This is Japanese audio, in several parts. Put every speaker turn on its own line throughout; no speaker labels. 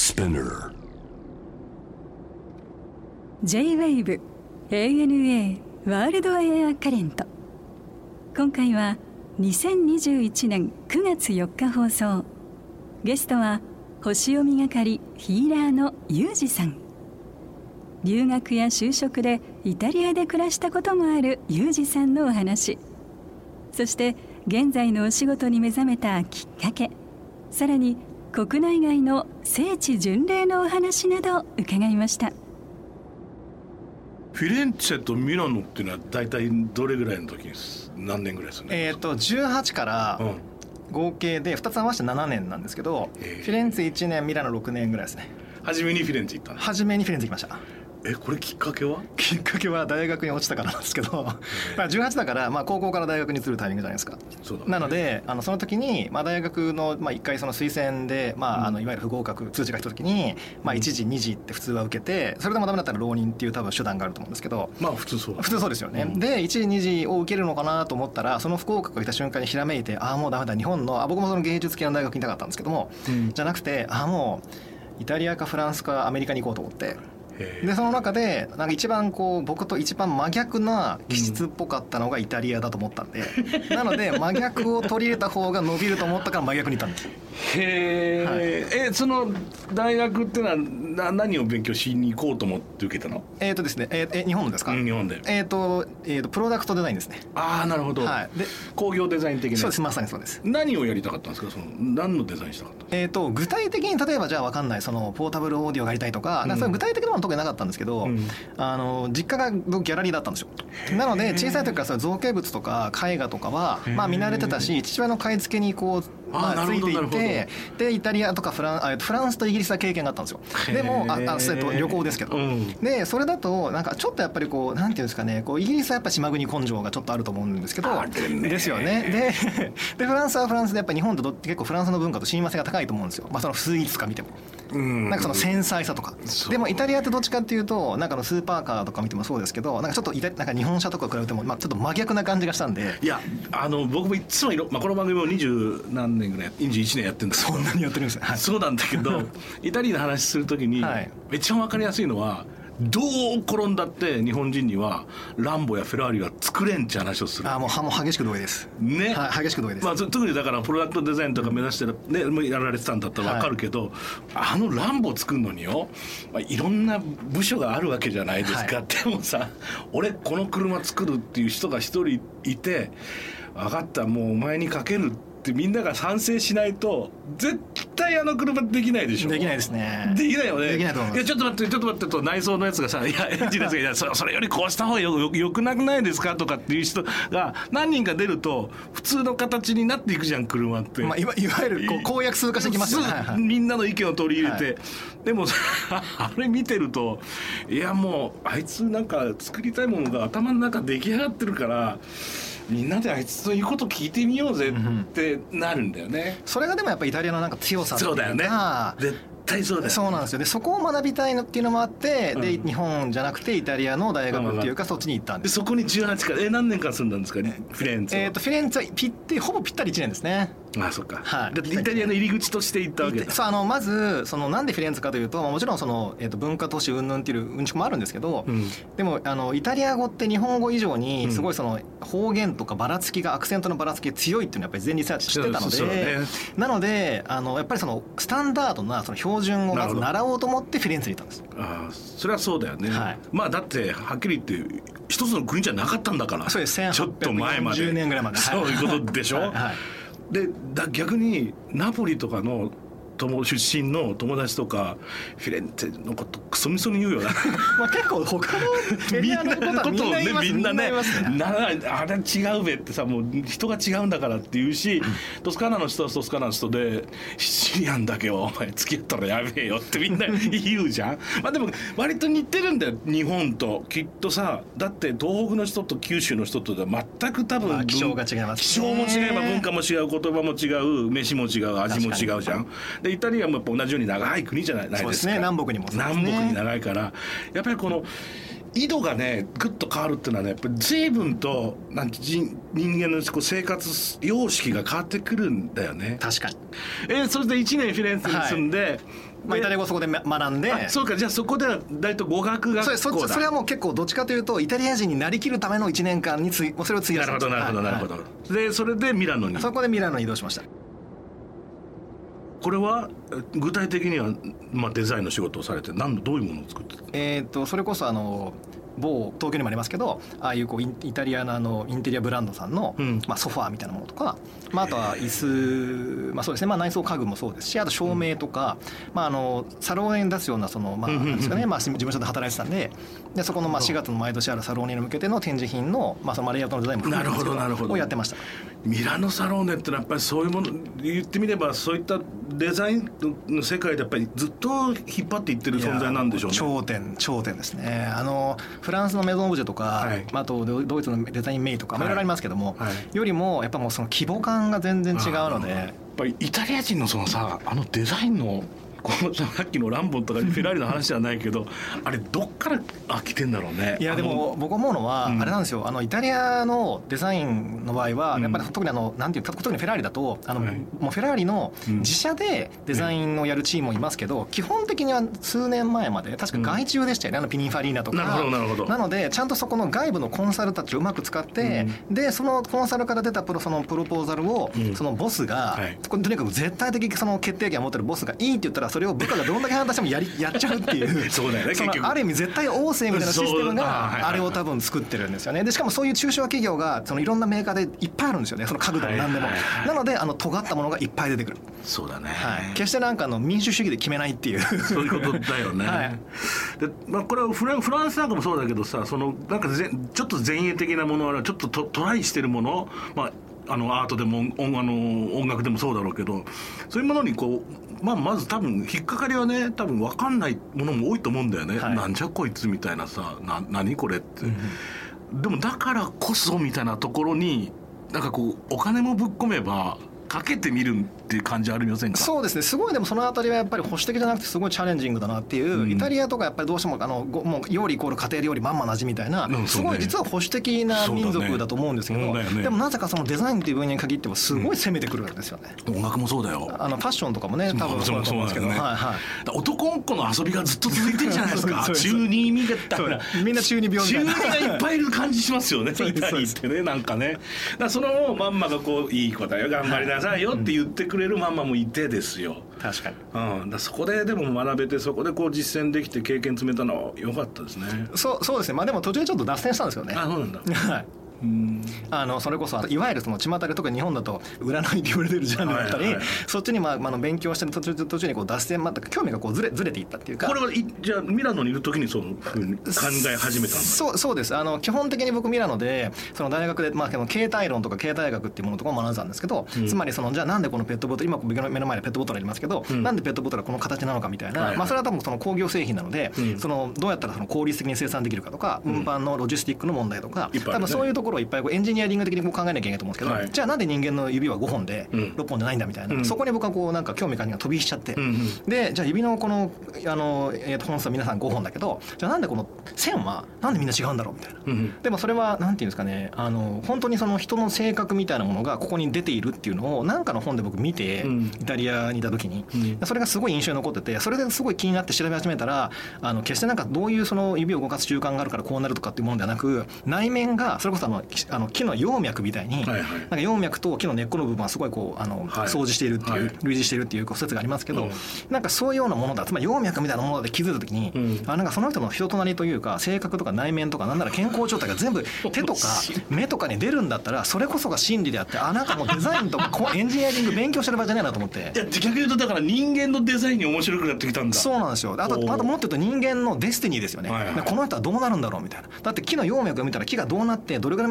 Spinner
J-WAVE ANA ワールドエアカレント。今回は2021年9月4日放送。ゲストは星読み係ヒーラーのユージさん。留学や就職でイタリアで暮らしたこともあるユージさんのお話、そして現在のお仕事に目覚めたきっかけ、さらに国内外の聖地巡礼のお話など伺いました。
フィレンツェとミラノっていうのは大体どれぐらいの時に何年ぐらいですね。
18から合計で2つ合わせて7年なんですけど、フィレンツェ1年ミラノ6年ぐらいですね。
初めにフィレンツェ行ったの？
初めにフィレンツェ行きました。
これきっかけは？
きっかけは大学に落ちたからなんですけど18だから、高校から大学に移るタイミングじゃないですか。
そうだね。
なのでその時に、大学の、1回その推薦で、いわゆる不合格通知が来た時に、1次2次って普通は受けて、それでもダメだったら浪人っていう多分手段があると思うんですけど、
普通そうだ、ね、
普通そうですよね、で1次2次を受けるのかなと思ったら、その不合格が来た瞬間にひらめいて、もうダメだ、日本の僕もその芸術系の大学にいたかったんですけども、じゃなくてもうイタリアかフランスかアメリカに行こうと思って、でその中でなんか一番僕と一番真逆な気質っぽかったのがイタリアだと思ったんで、なので真逆を取り入れた方が伸びると思ったから真逆に行ったんです。
その大学っていうのは何を勉強しに行こうと思って受けたの？
ですね、日本のですか？
日本で
プロダクトデザインですね。
なるほど、で工業デザイン的な。
そうです、まさにそうです。
何をやりたかったんですか？何のデザインしたかった？
具体的に例えばじゃあ分かんない、そのポータブルオーディオがやりたいとか、そういう具体的なものは特になかったんですけど、実家が僕ギャラリーだったんですよ。なので小さい時からそういう造形物とか絵画とかは見慣れてたし、父親の買い付けについていて、でイタリアとかフランスとイギリスは経験があったんですよ。でも旅行ですけど、でそれだとなんかちょっとやっぱりなんていうんですかね、イギリスはやっぱ島国根性がちょっとあると思うんですけど、ですよね。でフランスはフランスでやっぱり日本と結構フランスの文化と親和性が高いと思うんですよ。そのスイーツとか見てもなんかその繊細さとか。でもイタリアってどっちかっていうと、なんかスーパーカーとか見てもそうですけど、なんかちょっとなんか日本車とか比べてもちょっと真逆な感じがしたんで。
いや僕もいつもこの番組も20何年ぐらい21年やってるんだけど、
そんなにやってるんですね。
そうなんだけどイタリアの話するときに、一番分かりやすいのは、どう転んだって日本人にはランボやフェラーリは作れんって話をする。
もう激しく同意です
ね。
激しく同意です。
特にだからプロダクトデザインとか目指してやられてたんだったら分かるけど、ランボ作るのによ、いろんな部署があるわけじゃないですか、でもさ、俺この車作るっていう人が一人いて、分かった、もうお前にかけるってみんなが賛成しないと絶対車できないでしょ。
できないですね。
できないよね。
できないと思います。
いやちょっと待ってと内装のやつがさ、エンジンですがそれよりこうした方がよくなくないですかとかっていう人が何人か出ると普通の形になっていくじゃん、車って。いわ
ゆる公約数化してきますよね。
みんなの意見を取り入れて、でもあれ見てると、いやもうあいつなんか作りたいものが頭の中出来上がってるから、みんなであいつの言うこと聞いてみようぜってなるんだよね。
それがでもやっぱりイタリアのなんか強さっていうか。
そうだよね。絶対そうだよね。
そうなんですよ。でそこを学びたいのっていうのもあって、で日本じゃなくてイタリアの大学っていうか、そっちに行ったんです。
でそこに18から何年間住んだんですかね、フィレンツェ。
フィレンツェはほぼぴったり1年ですね。
そっか。だってイタリアの入り口として行ったわけだ。
そうまずなんでフィレンツェかというと、もちろん文化都市云々っていううんちくもあるんですけど、でもイタリア語って日本語以上にすごい方言とかばらつきが、アクセントのばらつきが強いっていうのはやっぱり前リサーチしてたので、なのでやっぱりスタンダードな標準をまず習おうと思ってフィレンツェに行ったんです。
それはそうだよね。だってはっきり言って一つの国じゃなかったんだから。
そうです。
ちょっと前まで
10年ぐらいまで。
そういうことでしょ。で逆にナポリとかの出身の友達とかフィレンツェのことクソみそに言うよな
結構他のエリアのことはみんな言いますね。
あれ違うべってさ、もう人が違うんだからって言うし、トスカーナの人はトスカーナの人で、シチリアンだけはお前付き合ったらやべえよってみんな言うじゃんでも割と似てるんだよ、日本ときっとさ。だって東北の人と九州の人とでは全く多分、
気象が違いますね。
気象も違えば文化も違う、言葉も違う、飯も違う、味も違うじゃん。でイタリアもやっぱ同じように長い国じゃないですか。
そうですね、南北にもそうですね。
南北に長いから、やっぱり緯度がねぐっと変わるっていうのはね、やっぱり随分と人間のこう生活様式が変わってくるんだよね。
確かに。
それで1年フィレンツェに住んで、
イタリア語そこで学んで。
そうか、じゃあそこでは大体語学学校だ。
それはもう結構どっちかというとイタリア人になりきるための1年間にそれを費やした。
なるほどなるほど、でそれでミラノに。
そこでミラノに移動しました。
これは具体的には、デザインの仕事をされてどういうものを作ってた？
それこそ某東京にもありますけど、ああいうこうイタリアのインテリアブランドさんの、ソファーみたいなものとか、あとは椅子、そうですね、内装家具もそうですし、あと照明とか、サロンに出すようななんですかね、事務所で働いてたんで、そこの4月の毎年あるサロンに向けての展示品の、そのレイアウトのデザインも含めてをやってました。
ミラノサローネってのはやっぱりそういうもの、言ってみればそういったデザインの世界でやっぱりずっと引っ張っていってる存在なんでしょうね。
頂点ですね。フランスのメゾンオブジェとか、あとドイツのデザインメイとか、いろいろありますけども、よりもやっぱもうその規模感が全然違うので、
やっぱりイタリア人のそのさ、デザインのこのさっきのランボンとかフェラーリの話じゃないけどあれどっから来てんだろうね。
いやでも僕思うのは、あれなんですよ、イタリアのデザインの場合はやっぱり特になんていうか、特にフェラーリだともうフェラーリの自社でデザインをやるチームもいますけど、基本的には数年前まで確か外注でしたよね、ピニファリーナとか。
なるほど。
なのでちゃんとそこの外部のコンサルたちをうまく使って、でそのコンサルから出たそのプロポーザルを、そのボスが、とにかく絶対的その決定権を持ってるボスがいいって言ったら、それを部下がどんだけ反対してもやっちゃうっていう
そうだよね、結局
ある意味絶対王政みたいなシステムがあれを多分作ってるんですよね。でしかもそういう中小企業がいろんなメーカーでいっぱいあるんですよね、その家具でも何でも。なので尖ったものがいっぱい出てくる。
そうだね、
決して民主主義で決めないっていう
そういうことだよね。でこれはフランスなんかもそうだけどさ、なんかちょっと前衛的なものはちょっとトライしてるもの、アートでも音楽でもそうだろうけど、そういうものにまず多分引っかかりはね、多分分かんないものも多いと思うんだよね、なんじゃこいつみたいなさ、何これって、でもだからこそみたいなところになんかお金もぶっ込めばかけてみるっていう感じありませんか？そうですね、
すごい。でもそのあたりはやっぱり保守的じゃなくてすごいチャレンジングだなっていう、イタリアとかやっぱりどうしてももう料理イコール家庭料理まんまなじみたいな、すごい実は保守的な民族だと思うんですけど、でもなぜかそのデザインっていう分野に限ってはすごい攻めてくるんですよね。
音楽もそうだよ。
ファッションとかもね、多分そうだと思うんですけど、
男ん子の遊びがずっと続いてるじゃないですか。中二見てたら
みんな中二病みたいな、
中二がいっぱいいる感じしますよね。イタリアってね、なんかね、そのマンマがいい子だよ、頑張りなさいよって言ってくれるママもいてですよ。
確かに、
そこででも学べて、そこで実践できて経験積めたのは良かったですね。
そうですね。でも途中でちょっと脱線したんですよね。
そうなんだ。
それこそいわゆる巷で、特に日本だと占いって言われてるジャンルだったり、そっちに勉強してる途中に脱線、興味がずれていったっていうか。
これはじゃあミラノにいる時にそういうふうに考え始めたんだ。
そうです。基本的に僕ミラノでその大学で、形態論とか形態学っていうものとかを学んでたんですけど、つまりじゃあなんでこのペットボトル、今目の前でペットボトルありますけど、なんでペットボトルはこの形なのかみたいな、それは多分その工業製品なので、どうやったら効率的に生産できるかとか、運搬のロジスティックの問題とか、多分そういうところをいっぱいエンジニアリング的に考えなきゃいけないと思うんですけど、じゃあなんで人間の指は5本で6本じゃないんだみたいな、そこに僕はなんか興味関心が飛び火しちゃって、でじゃあ指のこの本数は皆さん5本だけど、じゃあなんでこの線はなんでみんな違うんだろうみたいな、でもそれはなんていうんですかね、本当にその人の性格みたいなものがここに出ているっていうのをなんかの本で僕見て、イタリアにいた時に、それがすごい印象に残ってて、それですごい気になって調べ始めたら、決してなんかどういうその指を動かす習慣があるからこうなるとかっていうものではなく、内面がそれこそ木の葉脈みたいに、なんか葉脈と木の根っこの部分はすごい相似しているっていう、類似しているっていう説がありますけど、なんかそういうようなものだ、つまり葉脈みたいなもので気づいた時に、なんかその人の人となりというか性格とか内面とか、なんなら健康状態が全部手とか目とかに出るんだったら、それこそが真理であって、なんかもうデザインとかエンジニアリング勉強してる場合じゃないなと思って。
いや逆に言うとだから人間のデザインに面白くなってきたんだ。
そうなんですよ。あともっと言うと人間のデスティニーですよね。この人はどうなるんだろうみたいな。だって木の葉脈を見たら木がどうなってどれぐらいま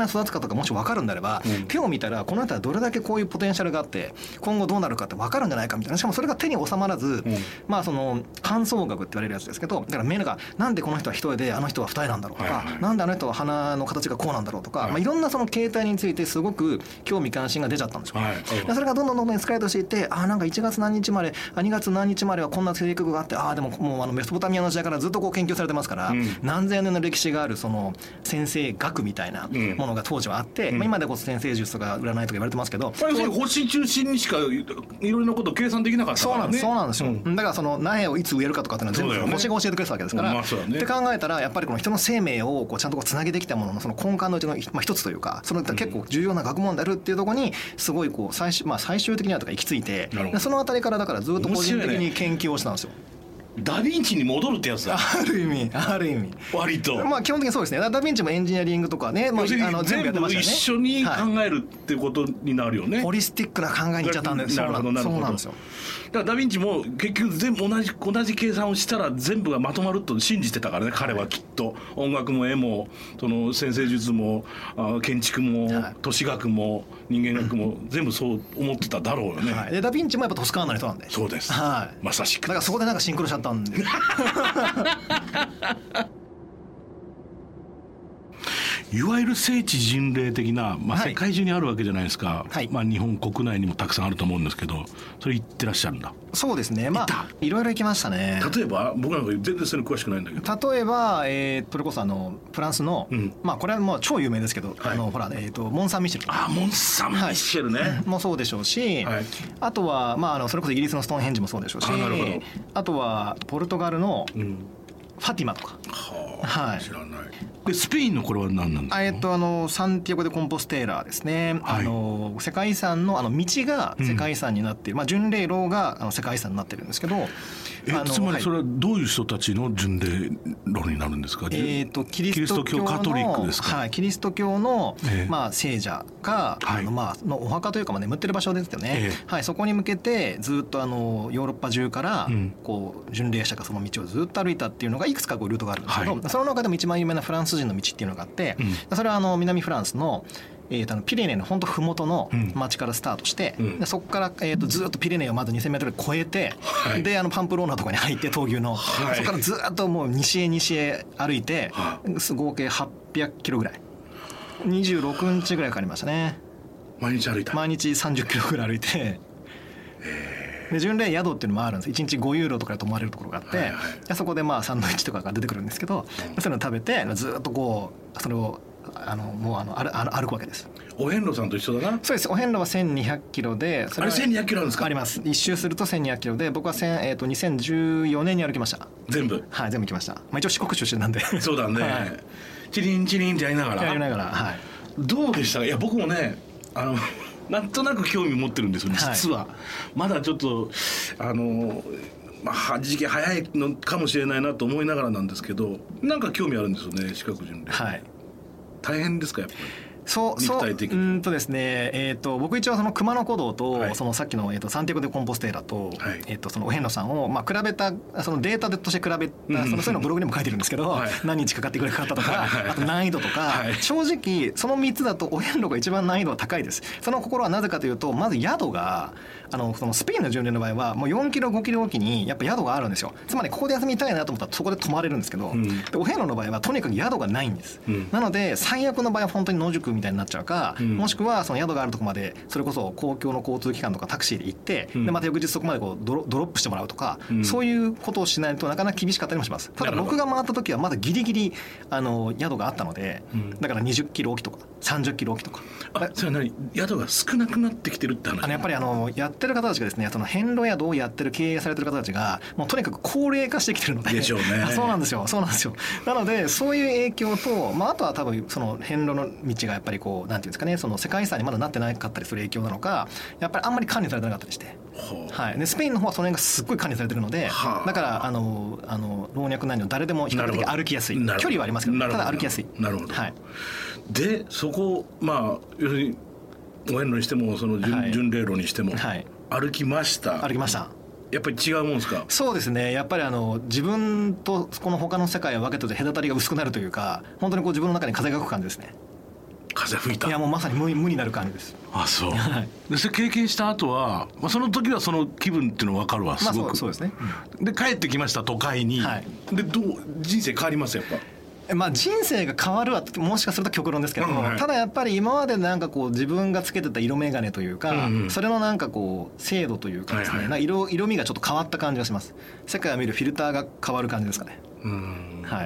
な育つかとかもし分かるんであれば、手を見たらこの人はどれだけこういうポテンシャルがあって今後どうなるかって分かるんじゃないかみたいな。しかもそれが手に収まらず、まあその観想学って言われるやつですけど、だから目がなんでこの人は一重であの人は二重なんだろうとか、なんであの人は鼻の形がこうなんだろうとか、まあいろんなその形態についてすごく興味関心が出ちゃったんですよ。それがどんどんエスカレートしていって、なんか1月何日まで2月何日まではこんな性格があって、でももうメソポタミアの時代からずっとこう研究されてますから、何千年の歴史があるその先生学みたいなものが当時はあって、まあ今でこそ先生術とか占いとか言われてますけど、
星中心にしかいろんなことを計算できなかったからね。
そうなんですよ。だからその苗をいつ植えるかとかっていうのは全部星が教えてくれたわけですから、って考えたらやっぱりこの人の生命をこうちゃんとこうつなげてきたもののその根幹のうちの一つというか、その結構重要な学問であるっていうところにすごいこう最終的にはとか行き着いて、そのあたりからだからずっと個人的に研究をしたんですよ。
ダヴィンチに戻るってやつだ。
ある意味
割と
まあ基本的にそうですね。ダヴィンチもエンジニアリングとかね、まあ、全部やってましたよね。
一緒に考えるってことになるよね、
ホリスティックな考えにいっちゃったんです。そうなんですよ。
だからダヴィンチも結局全部同じ計算をしたら全部がまとまると信じてたからね、彼はきっと。音楽も絵もその先生術も建築も都市学も人間学も全部そう思ってただろうよね。
でダヴィンチもやっぱトスカーナの人なんで。
そうです、まさしく。
だからそこでなんかシンクロしちゃったんで
いわゆる聖地巡礼的な、まあ、世界中にあるわけじゃないですか、まあ、日本国内にもたくさんあると思うんですけど、それ行ってらっしゃるんだ。
そうですね、まあいろいろ行きましたね。
例えば僕なんか全然それ詳しくないんだけど、
例えば、それこそフランスの、まあこれはもう超有名ですけど、ほら、モン・サン・ミシェル。
モン・サン・ミシェルね、
もそうでしょうし、あとは、まあ、それこそイギリスのストーンヘンジもそうでしょうし、あとはポルトガルのファティマとか、
知らない。でスペインのこれは何なんですか？
サンティアゴ・デ・コンポステーラですね。世界遺産の道が世界遺産になっている、まあ、巡礼路が世界遺産になってるんですけど、
つまりそれはどういう人たちの巡礼路になるんですか？キリスト教カトリックですか？キリスト教の、まあ、聖者が、まあ、のお墓というか、まあ、眠ってる場所ですよね、そこに向けてずっとヨーロッパ中からこう巡礼者がその道をずっと歩いたっていうのがいくつかこうルートがあるんですけど、その中でも一番有名なフランス人の道っていうのがあって、それは南フランスのピレネーの本当麓の町からスタートして、でそこから、ずっとピレネーをまず 2000m 越えて、でパンプローナとかに入って闘牛の、そこからずっともう西へ歩いて、合計800キロぐらい26日ぐらいかかりましたね。 毎日歩いた。
毎日30キロぐらい歩いて、で巡礼宿っていうのもあるんです。1日5ユーロとかで泊まれるところがあって、そこでまあサンドイッチとかが出てくるんですけど、そういうのを食べてずっとこうそれをもう歩くわけです。
お遍路さんと一緒だな。
そうです。お遍路は1200キロで、
それは1200キロあるんですか？
あります。一周すると1200キロで、僕は2014年に歩きました。
全部
全部行きました。まあ、一応四国出身なんで。
そうだね、チリンチリンってやりながらどうでしたか？いや僕もねなんとなく興味持ってるんですよ、実は。まだちょっと時期早いのかもしれないなと思いながらなんですけど、なんか興味あるんですよね、四国巡礼。大変ですか？やっぱり肉体的に。
ですね、僕一応その熊野古道と、そのさっきの、サンティアゴ・デ・コンポステーラと、そのお遍路さんを、まあ、比べたそのデータとして比べた、そういうのブログにも書いてるんですけど、何日かかってくれるかとか、あと難易度とか、正直その3つだとお遍路が一番難易度は高いです。その心はなぜかというと、まず宿がそのスペインの巡礼の場合はもう4キロ5キロおきにやっぱ宿があるんですよ。つまりここで休みたいなと思ったらそこで泊まれるんですけど、でお遍路の場合はとにかく宿がないんです。なので最悪の場合は本当に野宿みたいになっちゃうか、もしくはその宿があるとこまでそれこそ公共の交通機関とかタクシーで行って、でまた翌日そこまでこうドロップしてもらうとか、そういうことをしないとなかなか厳しかったりもします。ただ僕が回った時はまだギリギリ宿があったので、だから20キロおきとか30キロおきとか。
それは何？宿が少なくなってきてるって話？
やっぱりやってる方たちがですね、その遍路宿をやってる経営されてる方たちがもうとにかく高齢化してきてるので。
でしょうね。
そうなんですよ。なのでそういう影響と、まあ、あとは多分その遍路の道がやっぱりこうなんていうんですかね、その世界遺産にまだなってなかったりする影響なのか、やっぱりあんまり管理されてなかったりして、でスペインの方はその辺がすっごい管理されてるので、だから老若男女誰でも比較的歩きやすい。距離はありますけど、ただ歩きやすい。
なるほど。でそこまあ要するにお遍路にしてもその巡礼路にしても、歩きました。やっぱり違うもんですか？そうですね。やっぱり自分とこの他の世界を分けてて隔たりが薄くなるというか、本当にこう自分の中に風が吹く感じですね。 風吹いた。
いやもうまさに無になる感じです。
あ、そう。でそれ経験した後は、その時はその気分っていうの分かるわ、すごく。
そうですね。
で帰ってきました都会に。で人生変わりますやっぱ。
人生が変わるはもしかすると極論ですけど、ただやっぱり今までなんかこう自分がつけてた色眼鏡というか、それのなんかこう精度というかですね、色味がちょっと変わった感じがします。世界を見るフィルターが変わる感じですかね。はい。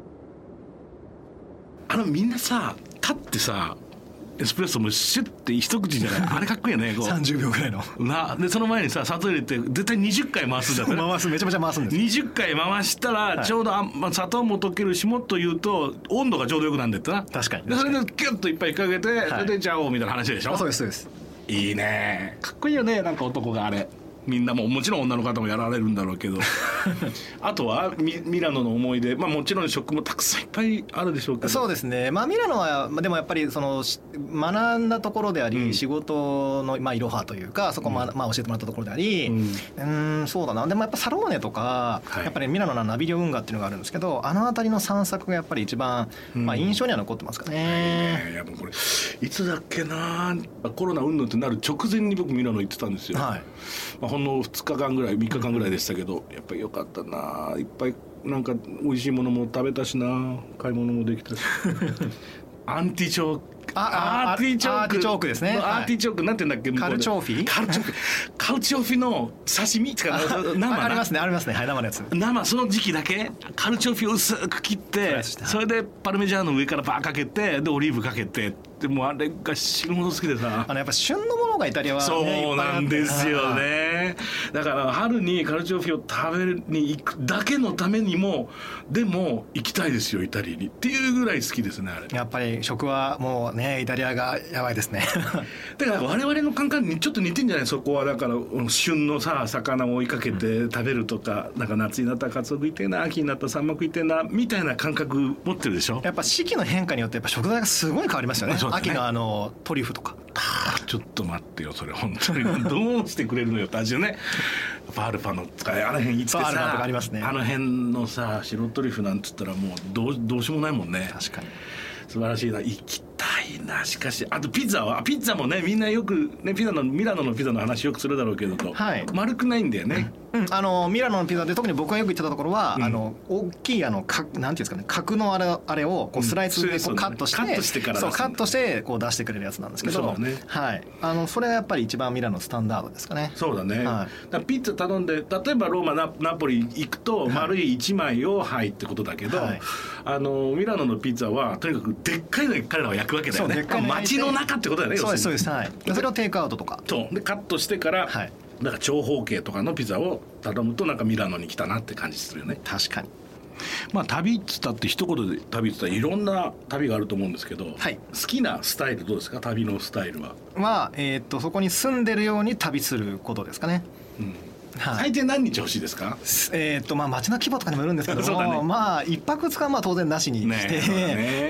みんなさ立ってさエスプレッソもシュッて一口じゃないあれかっこいいよね。こう
30秒ぐらいの
でその前にさ砂糖入れて絶対20回回すんだから
めちゃめちゃ回すんです。
20回回したらちょうど、砂糖も溶けるし、もっと言うと温度がちょうどよくなんだってな。
確かに。
でそれでキュッといっぱいかけて、それでちゃおうみたいな話でしょ。
そうですそうです。
いいね、かっこいいよね。なんか男があれみんなもちろん女の方もやられるんだろうけどあとはミラノの思い出、もちろん食もたくさんいっぱいあるでしょうけど。
そうですね、ミラノはでもやっぱりその学んだところであり、仕事のいろはというかそこも教えてもらったところであり、そうだな。でもやっぱサローネとか、やっぱりミラノのナビリオ運河っていうのがあるんですけど、あの辺りの散策がやっぱり一番、印象には残ってますかね。
いやもうこれいつだっけな、コロナ云々ってなる直前に僕ミラノ行ってたんですよ。ほんの2日間ぐらい3日間ぐらいでしたけど、やっぱり良かったな。いっぱいなんか美味しいものも食べたしな、買い物もできたしアンティチョーク、アーティチョークですね。アーティチョークなんて言うんだっけ。
カルチョーフィ
カルチョーフィの刺身ってか生
ありますね、ありますね。はい、生のやつ。
生その時期だけカルチョーフィを薄く切って、それでパルメジャーノ上からバーかけて、でオリーブかけて、でもあれが死ぬほど好きでさ。
やっぱ旬のものがイタリアは、
そうなんですよね。だから春にカルチョーフィを食べに行くだけのためにもでも行きたいですよイタリアにっていうぐらい好きですね。あれ
やっぱり食はもうねイタリアがやばいですね
だから我々の感覚にちょっと似てんじゃない。そこはだから旬のさ魚を追いかけて食べるとか、なんか夏になったらカツオ食いてえな、秋になったらサンマ食いてえなみたいな感覚持ってるでしょ。
やっぱ四季の変化によってやっぱ食材がすごい変わりますよね。秋のトリュフとか
ちょっと待ってよそれ本当にどうしてくれるのよって味よね。アルファの使いあの辺行ってさ、
ありますね、
あの辺のさ白トリュフなんつったらもうどうしようもないもんね。
確かに
素晴らしいな。行きたいな。しかしあとピザもねみんなよくねミラノのピザの話よくするだろうけど、丸くないんだよね。
ミラノのピザで特に僕がよく行ってたところは、大きいなんていうんですかね、角のあれをこうスライスでこうカットして、カットしてこう出してくれるやつなんですけど、
そうだね、
それがやっぱり一番ミラノスタンダードですかね。
そうだね、だからピッツァ頼んで例えばローマ ナポリ行くと丸い1枚をってことだけど、ミラノのピッツァはとにかくでっかいのに彼らは焼くわけだよね。街の中ってことだよね。
そうですそうです、それをテイクアウトとか
でカットしてから、なんか長方形とかのピザを頼むとなんかミラノに来たなって感じするよね。
確かに。
旅っつったって一言で旅っつったらいろんな旅があると思うんですけど、好きなスタイルどうですか。旅のスタイルは
そこに住んでるように旅することですかね。
最低何日欲しいですか。
街の規模とかにもよるんですけども、1泊2日は当然なしにして、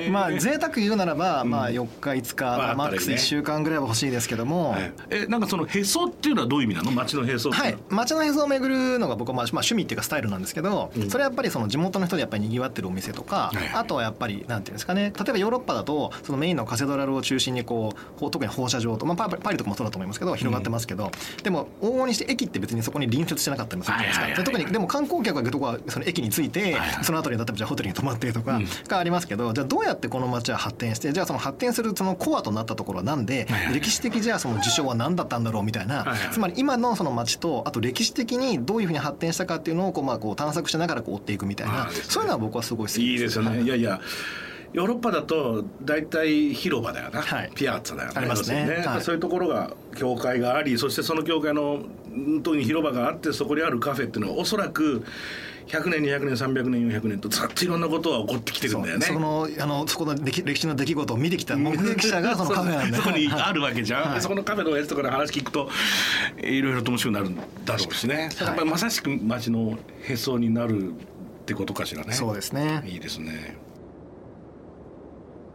贅沢言うならば、4日5日、マックス1週間ぐらいは欲しいですけども、
なんかそのへそっていうのはどういう意味なの。街のへそ。
街のへそを巡るのが僕は趣味っていうかスタイルなんですけど、それはやっぱりその地元の人でやっぱり賑わってるお店とか、あとはやっぱりなんていうんですかね、例えばヨーロッパだとそのメインのカセドラルを中心にこう特に放射状と、パリとかもそうだと思いますけど広がってますけど、でも往々にして駅って別にそこに隣接してなかったりもするじゃないですか。特にでも観光客が行くとこはその駅に着いて、その後に例えばじゃあホテルに泊まってとかがありますけど、じゃあどうやってこの街は発展して、じゃあその発展するそのコアとなったところはなんで、歴史的じゃあその事象は何だったんだろうみたいな、つまり今のその街とあと歴史的にどういうふうに発展したかっていうのをこう探索しながら追っていくみたいな、そういうのは僕はすごい好きです。
いいですよね。いやヨーロッパだと大体広場だよな、ピアッツァだよね。
ありますね。
そういうところが教会があり、そしてその教会のとに広場があって、そこにあるカフェっていうのはおそらく100年200年300年400年とずっといろんなことは起こってきてるんだよね。そ
この歴史の出来事を見てきた目撃者がそのカフェなんで
そこにあるわけじゃん、そこのカフェのやつとかの話聞くといろいろと面白くなるんだろうしね。やっぱりまさしく街のへそになるってことかしらね。
そうですね。
いいですね。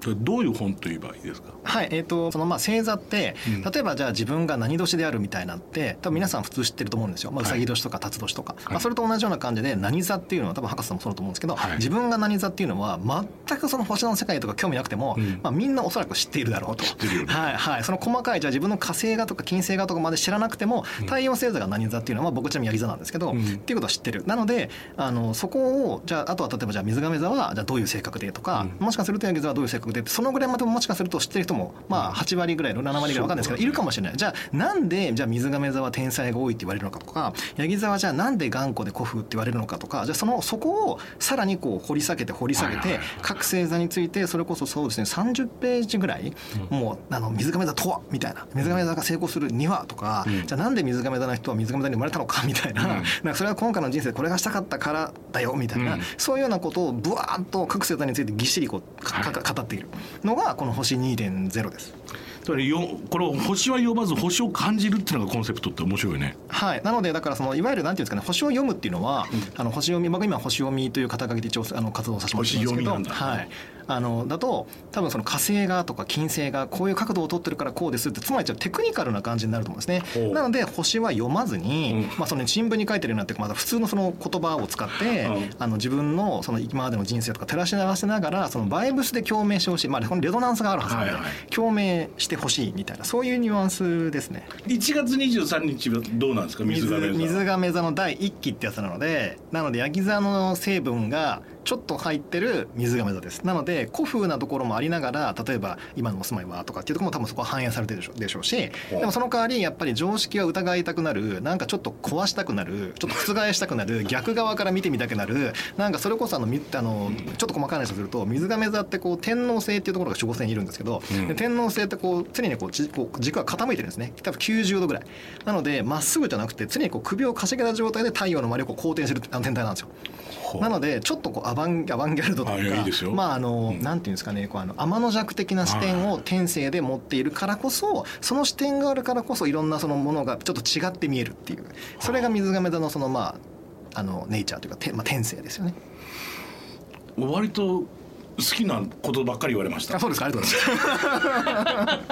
どういう本と言えばいいですか？
はい、その星座って、例えばじゃあ自分が何年であるみたいなって多分皆さん普通知ってると思うんですよ。うさぎ年とか辰年とか、それと同じような感じで何座っていうのは多分博士さんもそうだと思うんですけど、自分が何座っていうのは全くその星の世界とか興味なくても、みんなおそらく知っているだろうと。はいはい、その細かいじゃあ自分の火星画とか金星画とかまで知らなくても、太陽星座が何座っていうのは僕ちなみにヤギ座なんですけど、っていうことは知ってる。なのでそこをじゃああとは例えばじゃあ水亀座はじゃあどういう性格でとか、もしかするとヤギ座はどういう性格でって、そのぐらいまでもしかすると知ってる人も8割ぐらいの7割ぐらい分かんないですけどいるかもしれない。じゃあなんでじゃあ水亀座は天才が多いって言われるのかとか、ヤギ座はじゃあなんで頑固で古風って言われるのかとか、じゃあそこをさらにこう掘り下げて各星座についてそれこそそうですね30ページぐらい、もう水亀座とはみたいな、水亀座が成功するにはとか、じゃあなんで水亀座の人は水亀座に生まれたのかみたいな、なんかそれは今回の人生でこれがしたかったからだよみたいな、そういうようなことをブワーッと各星座についてぎっしりこう語っているのがこの星 2.0 です。
これ星は読まず星を感じるっていうのがコンセプトって面白いね。
はい、なのでだからいわゆるなんていうんですかね、星を読むっていうのは、星読み、僕今星読みという肩書きで一応活動させてもらってますけど、はい、だと多分その火星がとか金星がこういう角度を取ってるからこうですって、つまりテクニカルな感じになると思うんですね。なので星は読まずに、その新聞に書いてるようになってまだ普通のその言葉を使って、自分のその今までの人生とか照らし合わせながらそのバイブスで共鳴してほしい、このレゾナンスがあるはずなので、共鳴してほしいみたいな、そういうニュアンスですね。
1月23日はどうなんですか？水
亀座の第1期ってやつなのでヤギ座の成分がちょっと入ってる水亀座です。なので古風なところもありながら、例えば今のお住まいはとかっていうところも多分そこは反映されてるでしょうし、でもその代わりやっぱり常識は疑いたくなる、なんかちょっと壊したくなる、ちょっと覆したくなる、逆側から見てみたくなる、なんかそれこそちょっと細かい話をすると、水亀座ってこう天王星っていうところが守護星にいるんですけど、で天王星ってこう常に軸が傾いてるんですね。多分90度ぐらいなのでまっすぐじゃなくて常にこう首をかしげた状態で太陽の周りを公転する天体なんですよ。なのでちょっとこうアバンギャルドとか、なんていうんですかね、天の弱的な視点を天性で持っているからこそ、その視点があるからこそいろんなそのものがちょっと違って見えるっていう、それが水亀座のそのネイチャーというか天性ですよね。
割と好きなことばっかり言われました。
そうですか、ありがとうござい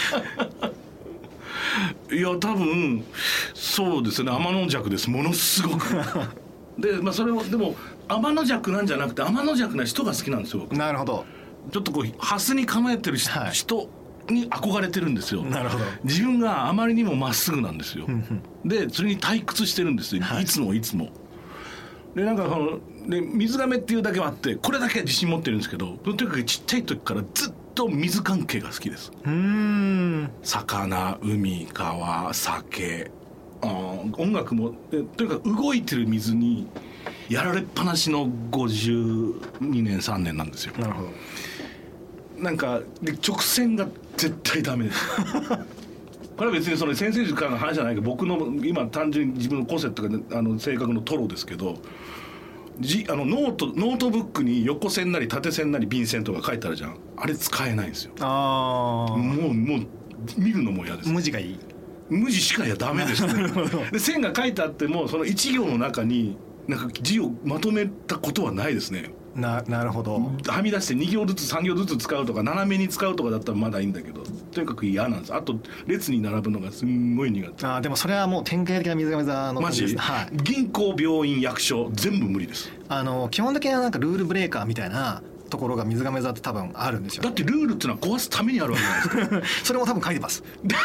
ます
いや多分そうですね、天の弱です、ものすごくで、それをでも天の弱なんじゃなくて天の弱な人が好きなんですよ。
なるほど。
ちょっとこうハスに構えてる人に憧れてるんですよ。
なるほど。
自分があまりにもまっすぐなんですよでそれに退屈してるんですよ、いつもでなんかで水亀っていうだけはあってこれだけは自信持ってるんですけど、とにかくちっちゃい時からずっと水関係が好きです。魚、海、川、酒、音楽もとにかく動いてる水にやられっぱなしの52年3年なんですよ。
なるほど。
なんかで直線が絶対ダメですこれは別にその先生からの話じゃないけど、僕の今単純に自分の個性とか性格のトロですけど、ノートブックに横線なり縦線なり便線とか書いてあるじゃん、あれ使えないんですよ。もう見るのも嫌です。
無地がいい。
無地しかダメですねで線が書いてあってもその1行の中になんか字をまとめたことはないですね。
なるほど。
はみ出して2行ずつ3行ずつ使うとか斜めに使うとかだったらまだいいんだけど、とにかく嫌なんです。あと列に並ぶのがすんごい苦手。
でもそれはもう典型的な水亀座の感じです。
マジ、銀行、病院、役所全部無理です。
基本的ななんかルールブレーカーみたいなところが水亀座って多分あるんですよ。
だってルールっていうのは壊すためにあるわけじゃないですか
それも多分書いてます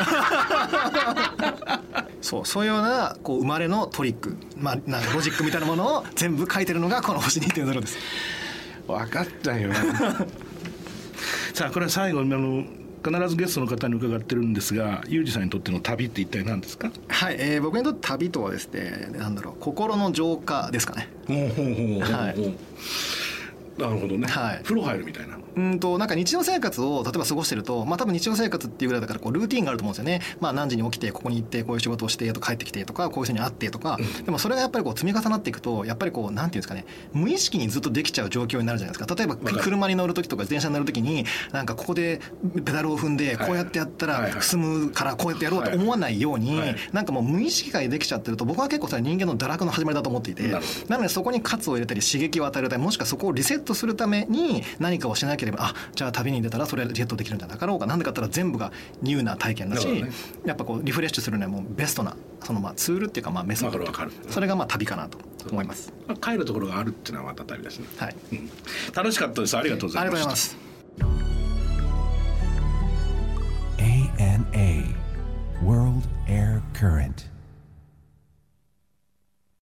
そういうようなこう生まれのトリック、なんかロジックみたいなものを全部書いてるのがこの星 2.0 です。
分かったよさあこれは最後必ずゲストの方に伺ってるんですが、ユージさんにとっての旅って一体何ですか？
はい、僕にとって旅とはですね、心の浄化ですかね。
なるほどね、
はい、
風呂入るみたいな。
なんか日常生活を例えば過ごしてると、多分日常生活っていうぐらいだからこうルーティーンがあると思うんですよね。何時に起きてここに行ってこういう仕事をしてと帰ってきてとか、こういう人に会ってとか、でもそれがやっぱりこう積み重なっていくと、やっぱりこうなんていうんですかね、無意識にずっとできちゃう状況になるじゃないですか。例えば車に乗る時とか自転車に乗る時になんかここでペダルを踏んでこうやってやったら進むからこうやってやろうと思わないように、なんかもう無意識化でできちゃってると、僕は結構それは人間の堕落の始まりだと思っていて、なのでそこに喝を入れたり刺激を与えたり、もしくはそこをリセッットするために何かをしなければ、じゃあ旅に出たらそれゲットできるんじゃなかろうか。なんでかって言ったら全部がニューな体験だし、やっぱこうリフレッシュするにはもうベストなそのツールっていうかメソッド、それが旅かなと思います。
帰るところがあるっていうのはまた旅ですね。
はい、
楽しかったです。ありがとうございました。